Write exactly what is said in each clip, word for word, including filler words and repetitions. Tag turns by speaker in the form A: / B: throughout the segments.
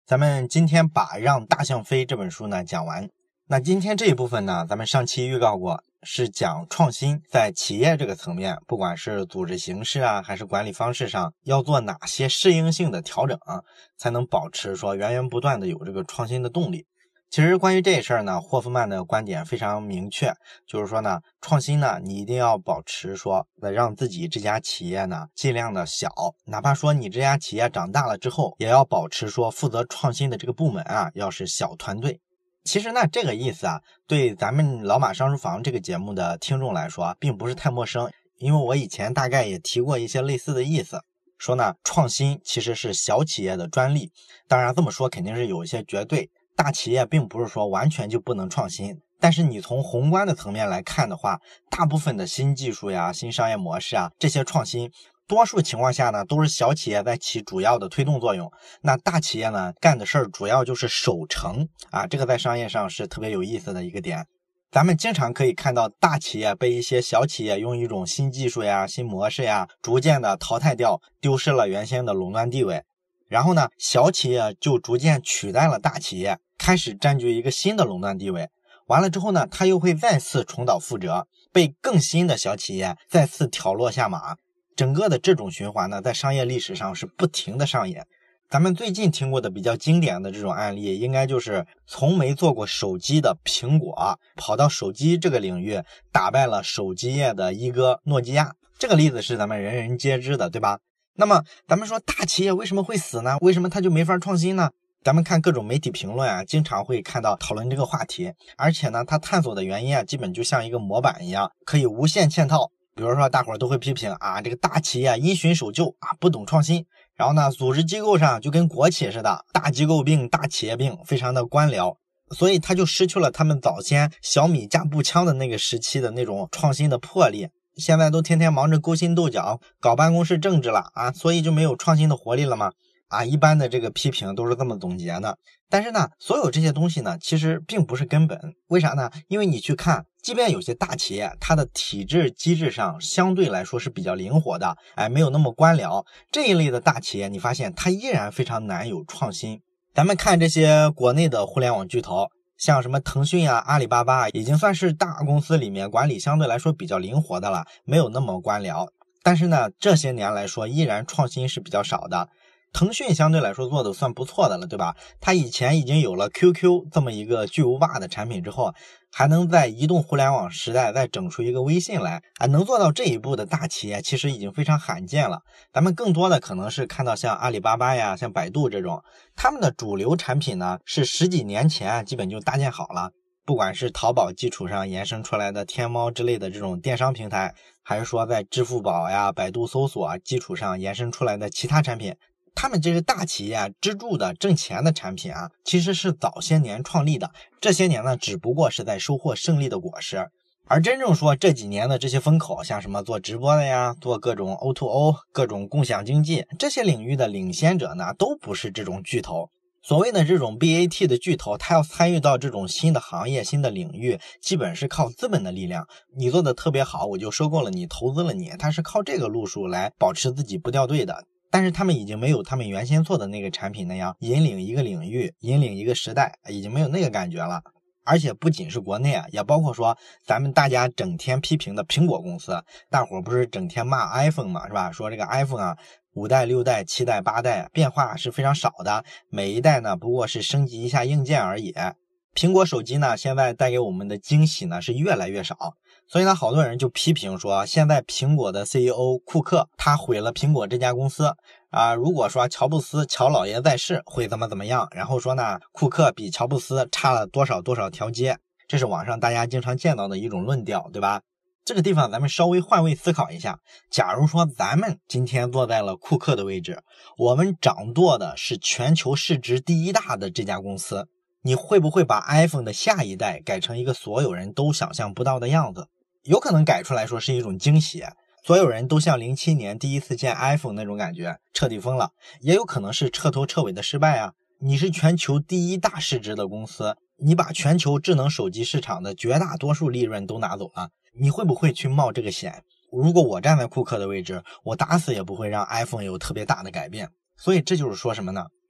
A: 咱们今天把《让大象飞》这本书呢讲完。那今天这一部分呢，咱们上期预告过，是讲创新在企业这个层面，不管是组织形式啊，还是管理方式上，要做哪些适应性的调整啊，才能保持说源源不断的有这个创新的动力。其实关于这事儿呢，霍夫曼的观点非常明确，就是说呢，创新呢，你一定要保持说，让自己这家企业呢尽量的小，哪怕说你这家企业长大了之后，也要保持说负责创新的这个部门啊，要是小团队。其实呢，这个意思啊，对咱们老马上书房这个节目的听众来说，并不是太陌生，因为我以前大概也提过一些类似的意思，说呢，创新其实是小企业的专利。当然这么说肯定是有一些绝对。大企业并不是说完全就不能创新，但是你从宏观的层面来看的话，大部分的新技术呀、新商业模式啊，这些创新，多数情况下呢，都是小企业在起主要的推动作用。那大企业呢，干的事儿主要就是守成啊，这个在商业上是特别有意思的一个点。咱们经常可以看到大企业被一些小企业用一种新技术呀、新模式呀，逐渐的淘汰掉，丢失了原先的垄断地位。然后呢，小企业就逐渐取代了大企业，开始占据一个新的垄断地位。完了之后呢，它又会再次重蹈覆辙，被更新的小企业再次挑落下马。整个的这种循环呢，在商业历史上是不停的上演。咱们最近听过的比较经典的这种案例，应该就是从没做过手机的苹果，跑到手机这个领域，打败了手机业的一哥诺基亚。这个例子是咱们人人皆知的，对吧？那么咱们说大企业为什么会死呢？为什么它就没法创新呢？咱们看各种媒体评论啊，经常会看到讨论这个话题，而且呢，它探索的原因啊，基本就像一个模板一样，可以无限嵌套。比如说大伙儿都会批评啊，这个大企业因循守旧啊，不懂创新。然后呢，组织机构上就跟国企似的，大机构病、大企业病，非常的官僚，所以它就失去了他们早先小米加步枪的那个时期的那种创新的魄力。现在都天天忙着勾心斗角，搞办公室政治了啊，所以就没有创新的活力了吗？啊，一般的这个批评都是这么总结的。但是呢，所有这些东西呢，其实并不是根本。为啥呢？因为你去看，即便有些大企业，它的体制机制上相对来说是比较灵活的，哎，没有那么官僚。这一类的大企业，你发现它依然非常难有创新。咱们看这些国内的互联网巨头，像什么腾讯啊、阿里巴巴，已经算是大公司里面管理相对来说比较灵活的了，没有那么官僚。但是呢，这些年来说，依然创新是比较少的。腾讯相对来说做的算不错的了，对吧？它以前已经有了 Q Q 这么一个巨无霸的产品之后，还能在移动互联网时代再整出一个微信来啊，能做到这一步的大企业其实已经非常罕见了。咱们更多的可能是看到像阿里巴巴呀、像百度这种，他们的主流产品呢是十几年前基本就搭建好了，不管是淘宝基础上延伸出来的天猫之类的这种电商平台，还是说在支付宝呀、百度搜索基础上延伸出来的其他产品，他们这个大企业支柱的挣钱的产品啊，其实是早些年创立的，这些年呢，只不过是在收获胜利的果实。而真正说这几年的这些风口，像什么做直播的呀，做各种 O to O、各种共享经济，这些领域的领先者呢，都不是这种巨头。所谓的这种 B A T 的巨头，它要参与到这种新的行业、新的领域，基本是靠资本的力量。你做的特别好，我就收购了你，投资了你，它是靠这个路数来保持自己不掉队的。但是他们已经没有他们原先做的那个产品那样引领一个领域，引领一个时代，已经没有那个感觉了。而且不仅是国内啊，也包括说咱们大家整天批评的苹果公司，大伙不是整天骂 iPhone 嘛，是吧？说这个 iPhone 啊，五代、六代、七代、八代变化是非常少的，每一代呢不过是升级一下硬件而已。苹果手机呢，现在带给我们的惊喜呢是越来越少。所以呢，好多人就批评说，现在苹果的 C E O 库克他毁了苹果这家公司啊。如果说乔布斯乔老爷在世会怎么怎么样，然后说呢，库克比乔布斯差了多少多少条街，这是网上大家经常见到的一种论调，对吧？这个地方咱们稍微换位思考一下，假如说咱们今天坐在了库克的位置，我们掌舵的是全球市值第一大的这家公司，你会不会把 iPhone 的下一代改成一个所有人都想象不到的样子？有可能改出来说是一种惊喜，所有人都像零七年第一次见 iPhone 那种感觉，彻底疯了。也有可能是彻头彻尾的失败啊！你是全球第一大市值的公司，你把全球智能手机市场的绝大多数利润都拿走了，你会不会去冒这个险？如果我站在库克的位置，我打死也不会让 iPhone 有特别大的改变。所以这就是说什么呢？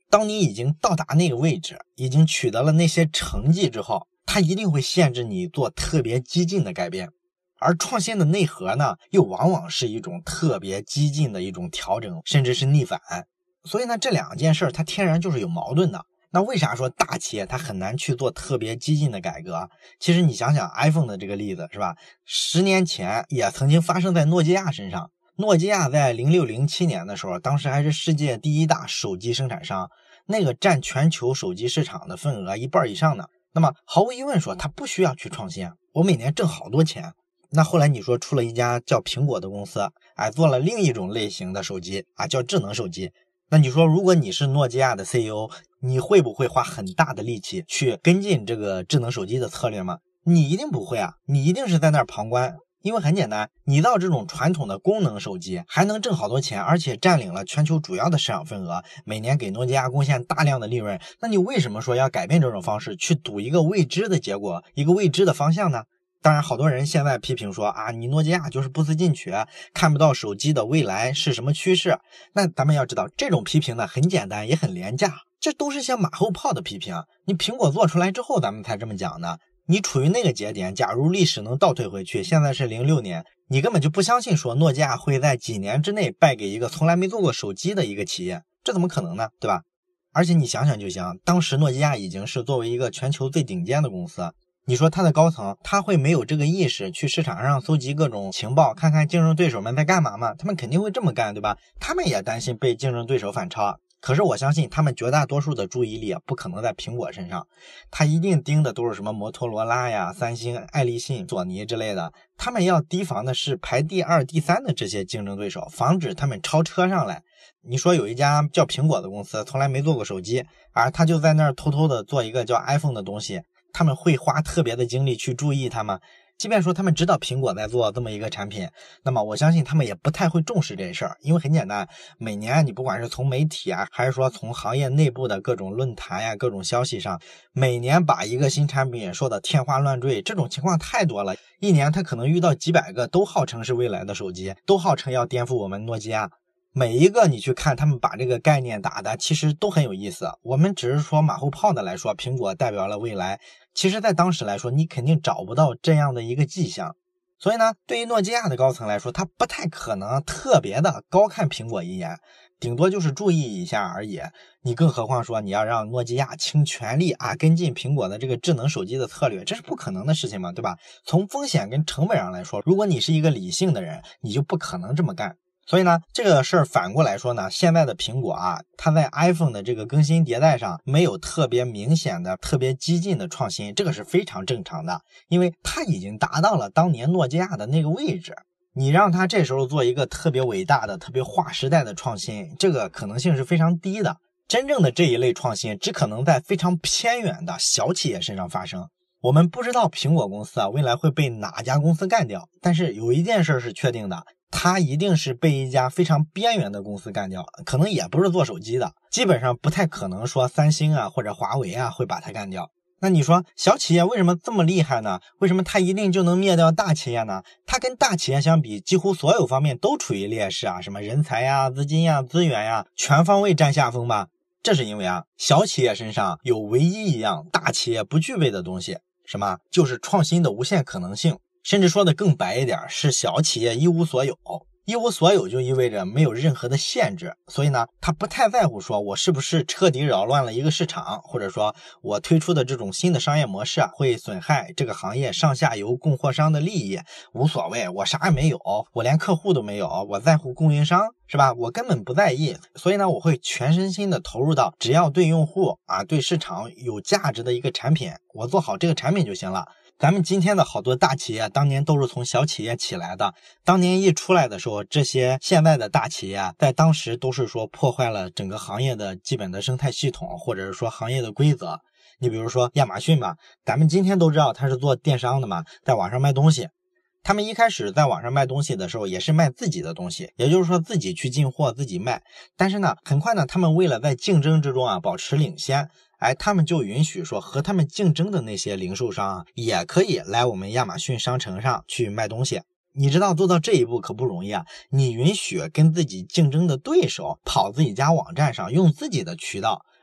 A: 当你已经到达那个位置，已经取得了那些成绩之后，它一定会限制你做特别激进的改变。而创新的内核呢，又往往是一种特别激进的一种调整，甚至是逆反。所以呢，这两件事它天然就是有矛盾的。那为啥说大企业它很难去做特别激进的改革？其实你想想 iPhone 的这个例子是吧？十年前也曾经发生在诺基亚身上。诺基亚在零六零七年的时候，当时还是世界第一大手机生产商，那个占全球手机市场的份额一半以上呢。那么毫无疑问说，它不需要去创新，我每年挣好多钱。那后来你说出了一家叫苹果的公司，哎，做了另一种类型的手机啊，叫智能手机。那你说如果你是诺基亚的 C E O， 你会不会花很大的力气去跟进这个智能手机的策略吗？你一定不会啊，你一定是在那儿旁观。因为很简单，你到这种传统的功能手机还能挣好多钱，而且占领了全球主要的市场份额，每年给诺基亚贡献大量的利润，那你为什么说要改变这种方式，去赌一个未知的结果，一个未知的方向呢？当然好多人现在批评说啊，你诺基亚就是不思进取，看不到手机的未来是什么趋势。那咱们要知道，这种批评呢很简单也很廉价，这都是些马后炮的批评。你苹果做出来之后咱们才这么讲的。你处于那个节点，假如历史能倒退回去，现在是零六年，你根本就不相信说诺基亚会在几年之内败给一个从来没做过手机的一个企业，这怎么可能呢？对吧？而且你想想就行，当时诺基亚已经是作为一个全球最顶尖的公司，你说他的高层他会没有这个意识去市场上搜集各种情报，看看竞争对手们在干嘛吗？他们肯定会这么干，对吧？他们也担心被竞争对手反超，可是我相信他们绝大多数的注意力不可能在苹果身上，他一定盯的都是什么摩托罗拉呀、三星、爱立信、索尼之类的，他们要提防的是排第二、第三的这些竞争对手，防止他们超车上来。你说有一家叫苹果的公司从来没做过手机，而他就在那儿偷偷的做一个叫 iPhone 的东西，他们会花特别的精力去注意它吗？即便说他们知道苹果在做这么一个产品，那么我相信他们也不太会重视这事儿，因为很简单，每年你不管是从媒体啊，还是说从行业内部的各种论坛呀、各种消息上，每年把一个新产品说的天花乱坠，这种情况太多了，一年他可能遇到几百个都号称是未来的手机，都号称要颠覆我们诺基亚。每一个你去看他们把这个概念打的其实都很有意思，我们只是说马后炮的来说苹果代表了未来，其实在当时来说你肯定找不到这样的一个迹象。所以呢，对于诺基亚的高层来说，他不太可能特别的高看苹果一眼，顶多就是注意一下而已。你更何况说你要让诺基亚倾全力啊跟进苹果的这个智能手机的策略，这是不可能的事情嘛，对吧？从风险跟成本上来说，如果你是一个理性的人，你就不可能这么干。所以呢，这个事儿反过来说呢，现在的苹果啊，它在 iPhone 的这个更新迭代上没有特别明显的、特别激进的创新，这个是非常正常的，因为它已经达到了当年诺基亚的那个位置。你让它这时候做一个特别伟大的、特别划时代的创新，这个可能性是非常低的。真正的这一类创新只可能在非常偏远的小企业身上发生。我们不知道苹果公司啊未来会被哪家公司干掉，但是有一件事是确定的，它一定是被一家非常边缘的公司干掉，可能也不是做手机的，基本上不太可能说三星啊或者华为啊会把它干掉。那你说小企业为什么这么厉害呢？为什么它一定就能灭掉大企业呢？它跟大企业相比，几乎所有方面都处于劣势啊，什么人才呀、资金呀、资源呀，全方位占下风吧。这是因为啊，小企业身上有唯一一样大企业不具备的东西，什么？就是创新的无限可能性。甚至说的更白一点，是小企业一无所有。一无所有就意味着没有任何的限制，所以呢，他不太在乎说我是不是彻底扰乱了一个市场，或者说我推出的这种新的商业模式啊，会损害这个行业上下游供货商的利益，无所谓，我啥也没有，我连客户都没有，我在乎供应商，是吧？我根本不在意，所以呢，我会全身心的投入到只要对用户啊、对市场有价值的一个产品，我做好这个产品就行了。咱们今天的好多大企业当年都是从小企业起来的，当年一出来的时候，这些现在的大企业在当时都是说破坏了整个行业的基本的生态系统，或者是说行业的规则。你比如说亚马逊吧，咱们今天都知道它是做电商的嘛，在网上卖东西。他们一开始在网上卖东西的时候也是卖自己的东西，也就是说自己去进货自己卖，但是呢很快呢他们为了在竞争之中啊保持领先，哎，他们就允许说和他们竞争的那些零售商啊也可以来我们亚马逊商城上去卖东西。你知道做到这一步可不容易啊，你允许跟自己竞争的对手跑自己家网站上用自己的渠道，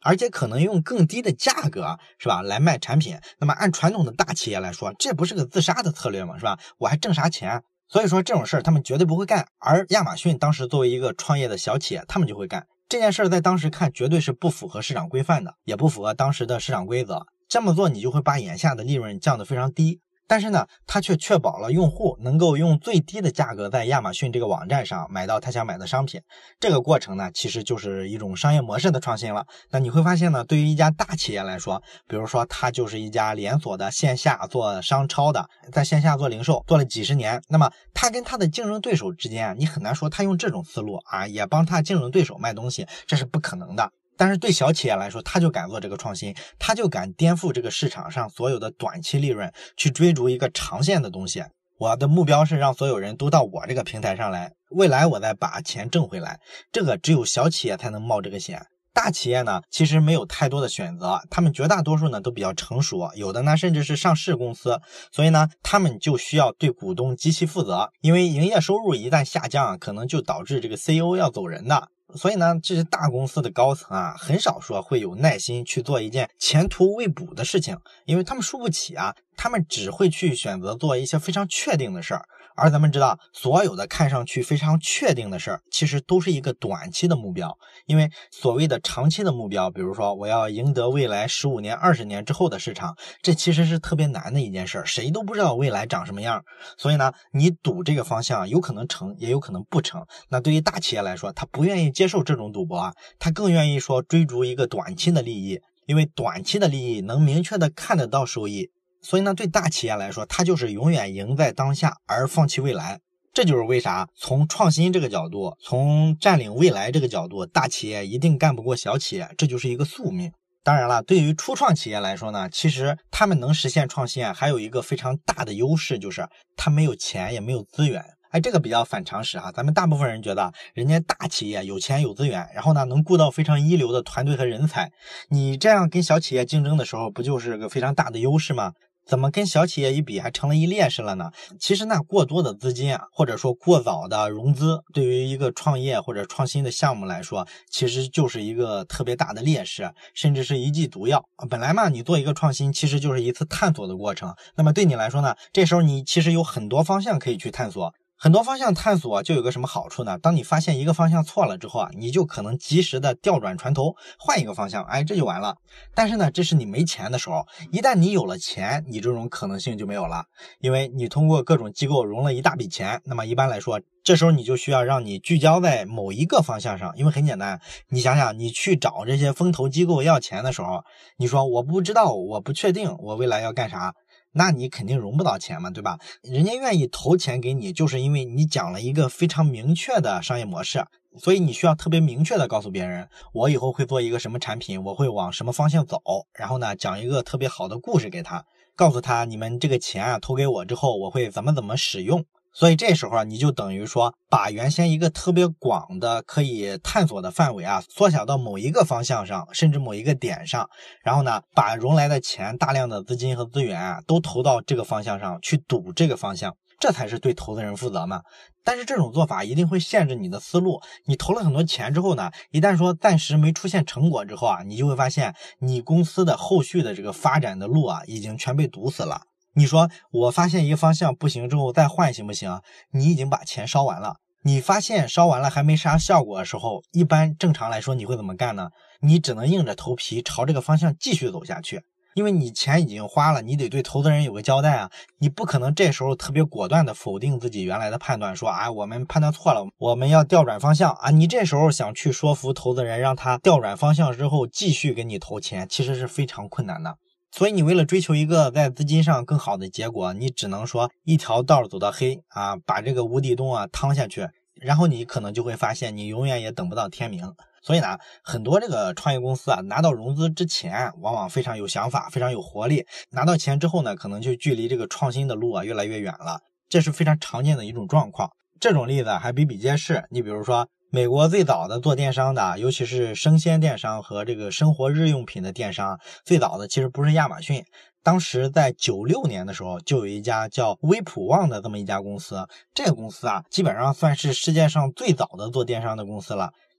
A: 而且可能用更低的价格，是吧，来卖产品。那么按传统的大企业来说，这不是个自杀的策略吗？是吧？我还挣啥钱？所以说这种事儿他们绝对不会干。而亚马逊当时作为一个创业的小企业，他们就会干这件事儿，在当时看绝对是不符合市场规范的，也不符合当时的市场规则。这么做你就会把眼下的利润降得非常低。但是呢，他却确保了用户能够用最低的价格在亚马逊这个网站上买到他想买的商品。这个过程呢，其实就是一种商业模式的创新了。那你会发现呢，对于一家大企业来说，比如说它就是一家连锁的线下做商超的，在线下做零售做了几十年，那么它跟它的竞争对手之间，你很难说它用这种思路啊，也帮它竞争对手卖东西，这是不可能的。但是对小企业来说，他就敢做这个创新，他就敢颠覆这个市场上所有的短期利润，去追逐一个长线的东西。我的目标是让所有人都到我这个平台上来，未来我再把钱挣回来。这个只有小企业才能冒这个险。大企业呢，其实没有太多的选择，他们绝大多数呢都比较成熟，有的呢甚至是上市公司，所以呢他们就需要对股东极其负责，因为营业收入一旦下降，可能就导致这个 C E O 要走人的。所以呢，这些大公司的高层啊，很少说会有耐心去做一件前途未卜的事情，因为他们输不起啊，他们只会去选择做一些非常确定的事儿。而咱们知道，所有的看上去非常确定的事儿，其实都是一个短期的目标。因为所谓的长期的目标，比如说我要赢得未来十五年、二十年之后的市场，这其实是特别难的一件事，谁都不知道未来长什么样。所以呢，你赌这个方向有可能成，也有可能不成。那对于大企业来说，他不愿意接受这种赌博啊，他更愿意说追逐一个短期的利益，因为短期的利益能明确的看得到收益。所以呢，对大企业来说，它就是永远赢在当下，而放弃未来。这就是为啥从创新这个角度，从占领未来这个角度，大企业一定干不过小企业，这就是一个宿命。当然了，对于初创企业来说呢，其实他们能实现创新啊，还有一个非常大的优势，就是他没有钱也没有资源。哎，这个比较反常识哈，咱们大部分人觉得人家大企业有钱有资源，然后呢能雇到非常一流的团队和人才，你这样跟小企业竞争的时候，不就是个非常大的优势吗？怎么跟小企业一比还成了一劣势了呢？其实那过多的资金啊，或者说过早的融资，对于一个创业或者创新的项目来说，其实就是一个特别大的劣势，甚至是一剂毒药。本来嘛，你做一个创新其实就是一次探索的过程，那么对你来说呢，这时候你其实有很多方向可以去探索。很多方向探索就有个什么好处呢？当你发现一个方向错了之后啊，你就可能及时的调转船头，换一个方向，哎，这就完了。但是呢，这是你没钱的时候，一旦你有了钱，你这种可能性就没有了，因为你通过各种机构融了一大笔钱，那么一般来说，这时候你就需要让你聚焦在某一个方向上，因为很简单，你想想，你去找这些风投机构要钱的时候，你说我不知道，我不确定我未来要干啥，那你肯定融不到钱嘛，对吧？人家愿意投钱给你，就是因为你讲了一个非常明确的商业模式，所以你需要特别明确的告诉别人，我以后会做一个什么产品，我会往什么方向走，然后呢，讲一个特别好的故事给他，告诉他你们这个钱啊投给我之后，我会怎么怎么使用。所以这时候啊，你就等于说把原先一个特别广的可以探索的范围啊，缩小到某一个方向上，甚至某一个点上，然后呢，把融来的钱、大量的资金和资源啊，都投到这个方向上去赌这个方向，这才是对投资人负责嘛。但是这种做法一定会限制你的思路，你投了很多钱之后呢，一旦说暂时没出现成果之后啊，你就会发现你公司的后续的这个发展的路啊，已经全被堵死了。你说我发现一个方向不行之后再换行不行？你已经把钱烧完了，你发现烧完了还没啥效果的时候，一般正常来说你会怎么干呢？你只能硬着头皮朝这个方向继续走下去，因为你钱已经花了，你得对投资人有个交代啊，你不可能这时候特别果断的否定自己原来的判断，说啊我们判断错了，我们要调转方向啊。你这时候想去说服投资人让他调转方向之后继续给你投钱，其实是非常困难的。所以你为了追求一个在资金上更好的结果，你只能说一条道走到黑啊，把这个无底洞啊趟下去，然后你可能就会发现你永远也等不到天明。所以呢，很多这个创业公司啊，拿到融资之前往往非常有想法，非常有活力，拿到钱之后呢，可能就距离这个创新的路啊越来越远了，这是非常常见的一种状况。这种例子还比比皆是，你比如说美国最早的做电商的，尤其是生鲜电商和这个生活日用品的电商，最早的其实不是亚马逊，当时在九六年的时候就有一家叫微普旺的这么一家公司，这个公司啊基本上算是世界上最早的做电商的公司了。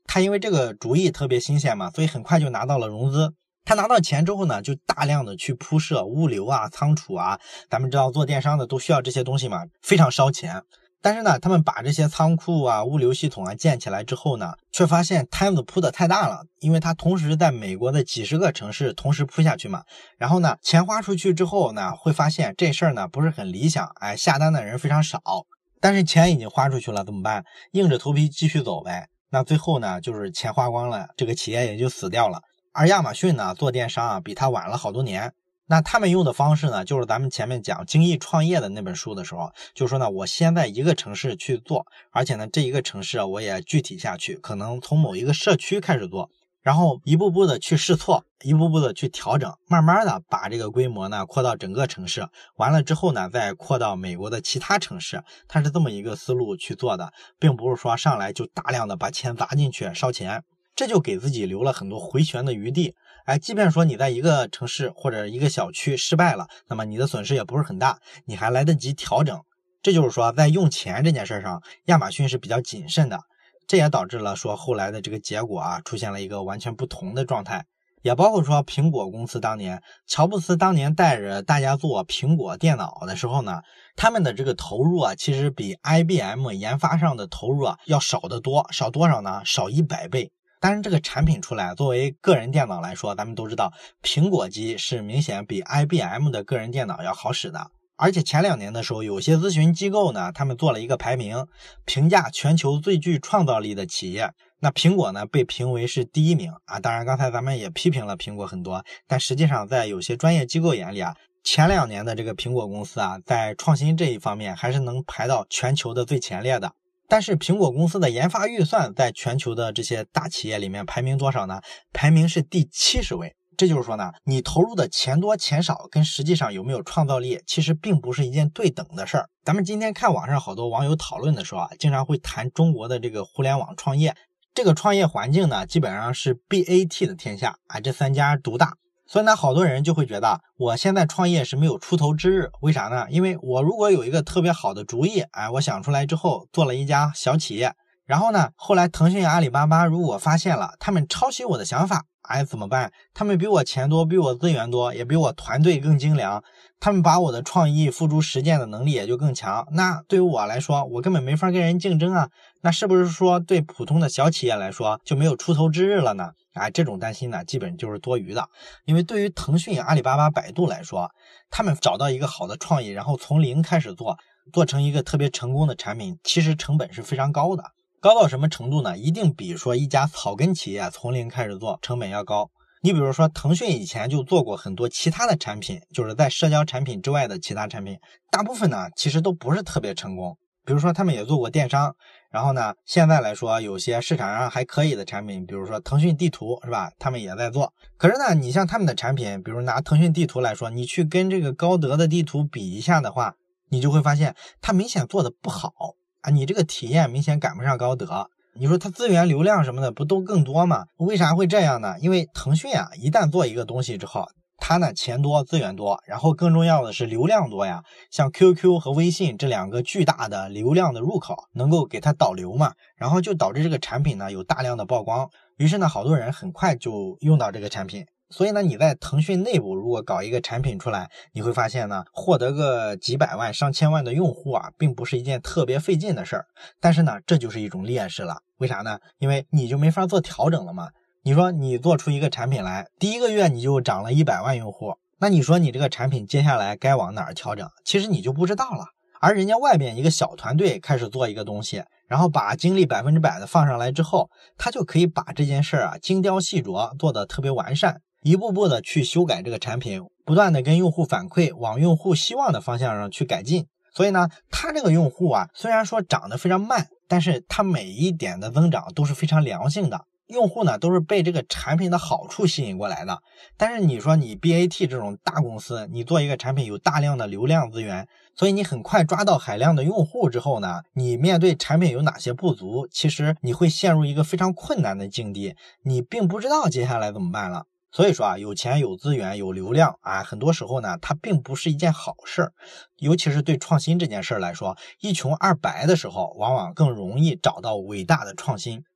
A: 他因为这个主意特别新鲜嘛，所以很快就拿到了融资。他拿到钱之后呢，就大量的去铺设物流啊、仓储啊，咱们知道做电商的都需要这些东西嘛，非常烧钱。但是呢，他们把这些仓库啊、物流系统啊建起来之后呢，却发现摊子铺的太大了，因为他同时在美国的几十个城市同时铺下去嘛。然后呢，钱花出去之后呢，会发现这事儿呢不是很理想，哎，下单的人非常少。但是钱已经花出去了，怎么办？硬着头皮继续走呗。那最后呢，就是钱花光了，这个企业也就死掉了。而亚马逊呢，做电商啊，比他晚了好多年。那他们用的方式呢，就是咱们前面讲精益创业的那本书的时候，就说呢，我先在一个城市去做，而且呢，这一个城市我也具体下去，可能从某一个社区开始做，然后一步步的去试错，一步步的去调整，慢慢的把这个规模呢扩到整个城市，完了之后呢，再扩到美国的其他城市，它是这么一个思路去做的，并不是说上来就大量的把钱砸进去烧钱。这就给自己留了很多回旋的余地，哎，即便说你在一个城市或者一个小区失败了，那么你的损失也不是很大，你还来得及调整。这就是说，在用钱这件事上，亚马逊是比较谨慎的，这也导致了说后来的这个结果啊，出现了一个完全不同的状态。也包括说苹果公司当年，乔布斯当年带着大家做苹果电脑的时候呢，他们的这个投入啊，其实比 I B M 研发上的投入啊要少得多，少多少呢？少一百倍。但是这个产品出来，作为个人电脑来说，咱们都知道苹果机是明显比 I B M 的个人电脑要好使的。而且前两年的时候，有些咨询机构呢，他们做了一个排名，评价全球最具创造力的企业。那苹果呢，被评为是第一名啊。当然，刚才咱们也批评了苹果很多，但实际上在有些专业机构眼里啊，前两年的这个苹果公司啊，在创新这一方面还是能排到全球的最前列的。但是苹果公司的研发预算在全球的这些大企业里面排名多少呢？排名是第七十位。这就是说呢，你投入的钱多钱少跟实际上有没有创造力，其实并不是一件对等的事儿。咱们今天看网上好多网友讨论的时候啊，经常会谈中国的这个互联网创业，这个创业环境呢，基本上是 B A T 的天下啊，这三家独大。所以呢，好多人就会觉得我现在创业是没有出头之日，为啥呢？因为我如果有一个特别好的主意，哎，我想出来之后做了一家小企业，然后呢，后来腾讯、阿里巴巴如果发现了，他们抄袭我的想法，哎，怎么办？他们比我钱多，比我资源多，也比我团队更精良，他们把我的创意付诸实践的能力也就更强。那对于我来说，我根本没法跟人竞争啊。那是不是说对普通的小企业来说就没有出头之日了呢？啊，这种担心呢，基本就是多余的。因为对于腾讯、阿里巴巴、百度来说，他们找到一个好的创意，然后从零开始做，做成一个特别成功的产品，其实成本是非常高的。高到什么程度呢？一定比说一家草根企业从零开始做成本要高。你比如说腾讯以前就做过很多其他的产品，就是在社交产品之外的其他产品，大部分呢其实都不是特别成功。比如说他们也做过电商，然后呢现在来说有些市场上还可以的产品，比如说腾讯地图是吧，他们也在做。可是呢你像他们的产品，比如拿腾讯地图来说，你去跟这个高德的地图比一下的话，你就会发现它明显做的不好啊，你这个体验明显赶不上高德。你说它资源流量什么的不都更多吗？为啥会这样呢？因为腾讯啊一旦做一个东西之后，它呢钱多资源多，然后更重要的是流量多呀，像 Q Q 和微信这两个巨大的流量的入口能够给它导流嘛，然后就导致这个产品呢有大量的曝光，于是呢好多人很快就用到这个产品。所以呢你在腾讯内部如果搞一个产品出来，你会发现呢获得个几百万上千万的用户啊并不是一件特别费劲的事儿，但是呢这就是一种劣势了。为啥呢？因为你就没法做调整了嘛。你说你做出一个产品来，第一个月你就涨了一百万用户，那你说你这个产品接下来该往哪儿调整，其实你就不知道了。而人家外边一个小团队开始做一个东西，然后把精力百分之百的放上来之后，他就可以把这件事啊精雕细琢做得特别完善，一步步的去修改这个产品，不断的跟用户反馈，往用户希望的方向上去改进。所以呢他这个用户啊虽然说涨得非常慢，但是他每一点的增长都是非常良性的，用户呢都是被这个产品的好处吸引过来的。但是你说你 B A T 这种大公司，你做一个产品有大量的流量资源，所以你很快抓到海量的用户之后呢，你面对产品有哪些不足，其实你会陷入一个非常困难的境地，你并不知道接下来怎么办了。所以说啊，有钱有资源有流量啊，很多时候呢它并不是一件好事，尤其是对创新这件事来说，一穷二白的时候往往更容易找到伟大的创新。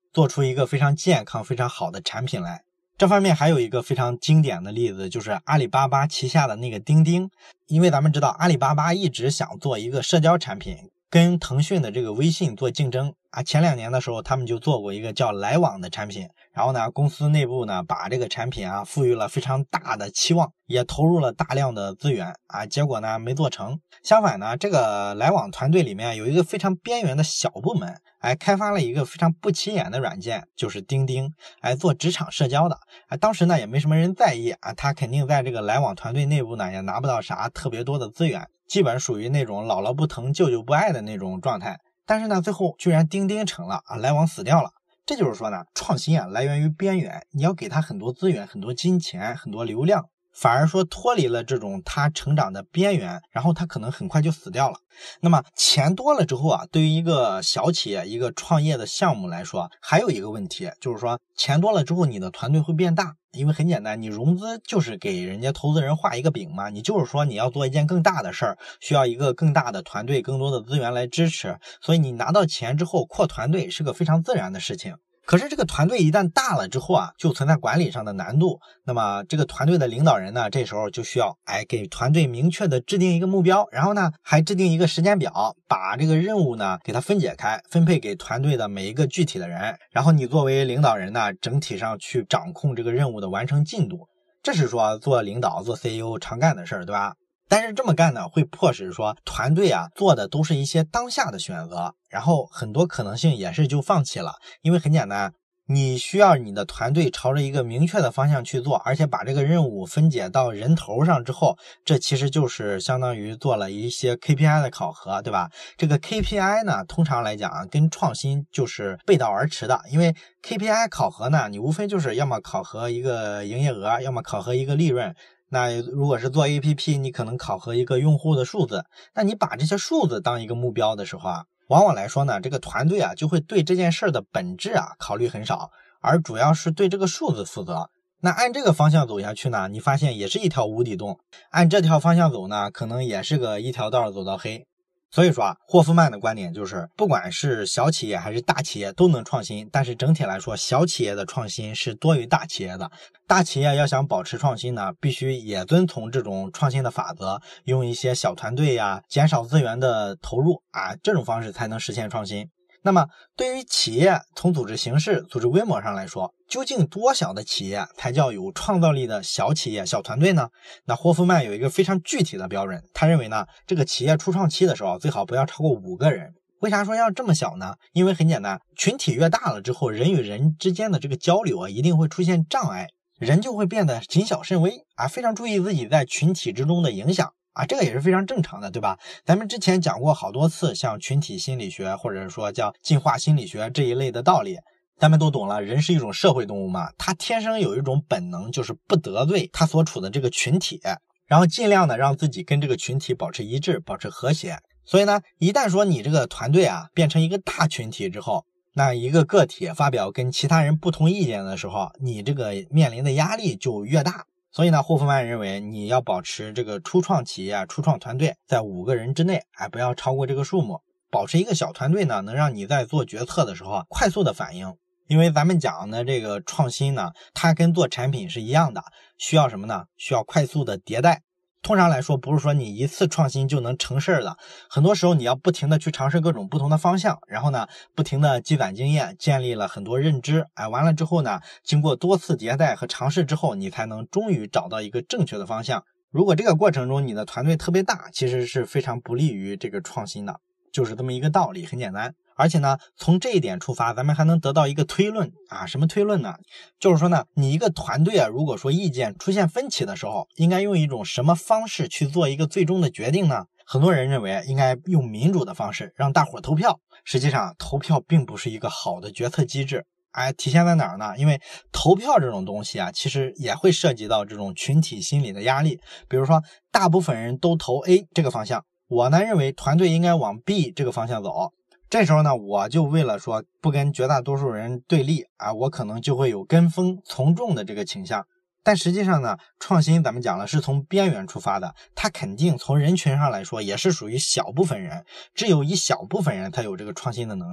A: 做出一个非常健康、非常好的产品来。这方面还有一个非常经典的例子，就是阿里巴巴旗下的那个钉钉。因为咱们知道阿里巴巴一直想做一个社交产品，跟腾讯的这个微信做竞争啊。前两年的时候他们就做过一个叫来往的产品，然后呢公司内部呢把这个产品啊赋予了非常大的期望，也投入了大量的资源啊，结果呢没做成。相反呢，这个来往团队里面有一个非常边缘的小部门，哎，开发了一个非常不起眼的软件，就是钉钉，哎，做职场社交的。哎，当时呢也没什么人在意啊，他肯定在这个来往团队内部呢也拿不到啥特别多的资源，基本属于那种姥姥不疼舅舅不爱的那种状态。但是呢最后居然钉钉成了啊，来往死掉了。这就是说呢，创新啊来源于边缘，你要给他很多资源、很多金钱、很多流量，反而说脱离了这种他成长的边缘，然后他可能很快就死掉了。那么钱多了之后啊，对于一个小企业、一个创业的项目来说，还有一个问题，就是说钱多了之后你的团队会变大。因为很简单，你融资就是给人家投资人画一个饼嘛，你就是说你要做一件更大的事儿，需要一个更大的团队、更多的资源来支持，所以你拿到钱之后扩团队是个非常自然的事情。可是这个团队一旦大了之后啊，就存在管理上的难度。那么这个团队的领导人呢，这时候就需要哎给团队明确的制定一个目标，然后呢还制定一个时间表，把这个任务呢给它分解开，分配给团队的每一个具体的人，然后你作为领导人呢，整体上去掌控这个任务的完成进度。这是说做领导、做 C E O 常干的事儿，对吧？但是这么干呢，会迫使说团队啊做的都是一些当下的选择，然后很多可能性也是就放弃了。因为很简单，你需要你的团队朝着一个明确的方向去做，而且把这个任务分解到人头上之后，这其实就是相当于做了一些 K P I 的考核，对吧？这个 K P I 呢，通常来讲啊，跟创新就是背道而驰的。因为 K P I 考核呢，你无非就是要么考核一个营业额，要么考核一个利润。那如果是做 A P P， 你可能考核一个用户的数字。那你把这些数字当一个目标的时候啊，往往来说呢，这个团队啊就会对这件事的本质啊考虑很少，而主要是对这个数字负责。那按这个方向走下去呢，你发现也是一条无底洞。按这条方向走呢，可能也是个一条道走到黑。所以说啊，霍夫曼的观点就是，不管是小企业还是大企业都能创新，但是整体来说，小企业的创新是多于大企业的。大企业要想保持创新呢，必须也遵从这种创新的法则，用一些小团队呀，减少资源的投入啊，这种方式才能实现创新。那么对于企业从组织形式、组织规模上来说，究竟多小的企业才叫有创造力的小企业、小团队呢？那霍夫曼有一个非常具体的标准，他认为呢，这个企业初创期的时候最好不要超过五个人。为啥说要这么小呢？因为很简单，群体越大了之后，人与人之间的这个交流啊，一定会出现障碍，人就会变得谨小慎微啊，非常注意自己在群体之中的影响。啊，这个也是非常正常的，对吧？咱们之前讲过好多次，像群体心理学或者说叫进化心理学这一类的道理，咱们都懂了。人是一种社会动物嘛，他天生有一种本能，就是不得罪他所处的这个群体，然后尽量的让自己跟这个群体保持一致，保持和谐。所以呢，一旦说你这个团队啊变成一个大群体之后，那一个个体发表跟其他人不同意见的时候，你这个面临的压力就越大。所以呢，霍夫曼认为你要保持这个初创企业、初创团队在五个人之内，哎，不要超过这个数目。保持一个小团队呢，能让你在做决策的时候啊，快速的反应。因为咱们讲的这个创新呢，它跟做产品是一样的，需要什么呢？需要快速的迭代。通常来说，不是说你一次创新就能成事儿的，很多时候你要不停的去尝试各种不同的方向，然后呢，不停的积攒经验，建立了很多认知，哎，完了之后呢，经过多次迭代和尝试之后，你才能终于找到一个正确的方向。如果这个过程中你的团队特别大，其实是非常不利于这个创新的，就是这么一个道理，很简单。而且呢，从这一点出发，咱们还能得到一个推论啊，什么推论呢？就是说呢，你一个团队啊，如果说意见出现分歧的时候，应该用一种什么方式去做一个最终的决定呢？很多人认为应该用民主的方式让大伙投票，实际上投票并不是一个好的决策机制。哎，体现在哪儿呢？因为投票这种东西啊，其实也会涉及到这种群体心理的压力。比如说，大部分人都投 A 这个方向，我呢认为团队应该往 B 这个方向走。这时候呢，我就为了说不跟绝大多数人对立啊，我可能就会有跟风从众的这个倾向。但实际上呢，创新咱们讲了是从边缘出发的，它肯定从人群上来说也是属于小部分人，只有一小部分人才有这个创新的能力。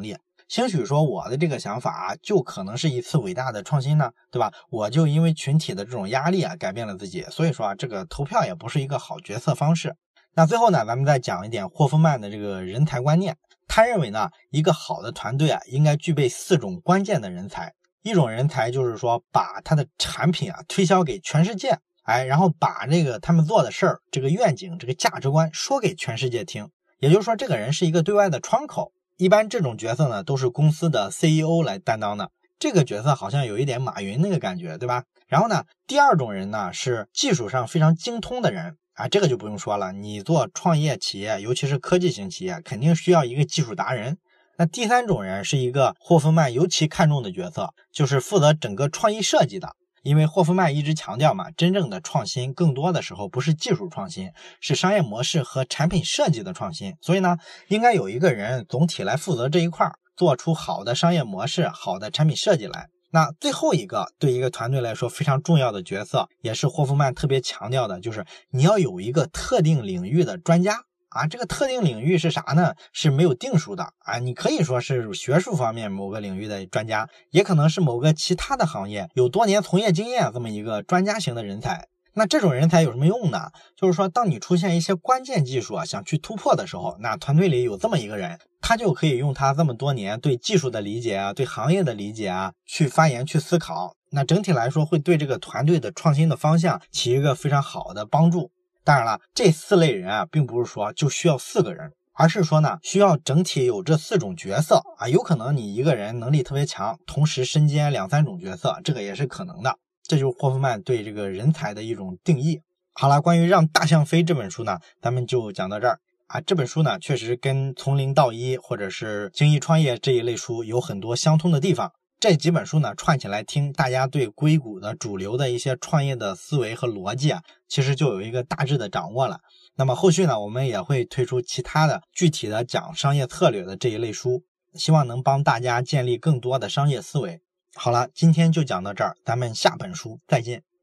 A: 兴许说我的这个想法啊，就可能是一次伟大的创新呢，对吧？我就因为群体的这种压力啊，改变了自己，所以说啊，这个投票也不是一个好决策方式。那最后呢，咱们再讲一点霍夫曼的这个人才观念。他认为呢，一个好的团队啊，应该具备四种关键的人才。一种人才就是说，把他的产品啊推销给全世界，哎，然后把这个他们做的事儿、这个愿景、这个价值观说给全世界听。也就是说，这个人是一个对外的窗口。一般这种角色呢，都是公司的 C E O 来担当的。这个角色好像有一点马云那个感觉，对吧？然后呢，第二种人呢，是技术上非常精通的人啊，这个就不用说了。你做创业企业，尤其是科技型企业，肯定需要一个技术达人。那第三种人是一个霍夫曼尤其看重的角色，就是负责整个创意设计的。因为霍夫曼一直强调嘛，真正的创新更多的时候不是技术创新，是商业模式和产品设计的创新。所以呢，应该有一个人总体来负责这一块，做出好的商业模式、好的产品设计来。那最后一个对一个团队来说非常重要的角色，也是霍夫曼特别强调的，就是你要有一个特定领域的专家。啊，这个特定领域是啥呢？是没有定数的啊，你可以说是学术方面某个领域的专家，也可能是某个其他的行业有多年从业经验这么一个专家型的人才。那这种人才有什么用呢？就是说，当你出现一些关键技术啊，想去突破的时候，那团队里有这么一个人，他就可以用他这么多年对技术的理解啊，对行业的理解啊，去发言去思考。那整体来说，会对这个团队的创新的方向起一个非常好的帮助。当然了，这四类人啊，并不是说就需要四个人，而是说呢，需要整体有这四种角色啊。有可能你一个人能力特别强，同时身兼两三种角色，这个也是可能的。这就是霍夫曼对这个人才的一种定义。好了，关于让大象飞这本书呢，咱们就讲到这儿啊。这本书呢，确实跟从零到一或者是精益创业这一类书有很多相通的地方。这几本书呢串起来听，大家对硅谷的主流的一些创业的思维和逻辑啊，其实就有一个大致的掌握了。那么后续呢，我们也会推出其他的具体的讲商业策略的这一类书，希望能帮大家建立更多的商业思维。好了，今天就讲到这儿，咱们下本书再见。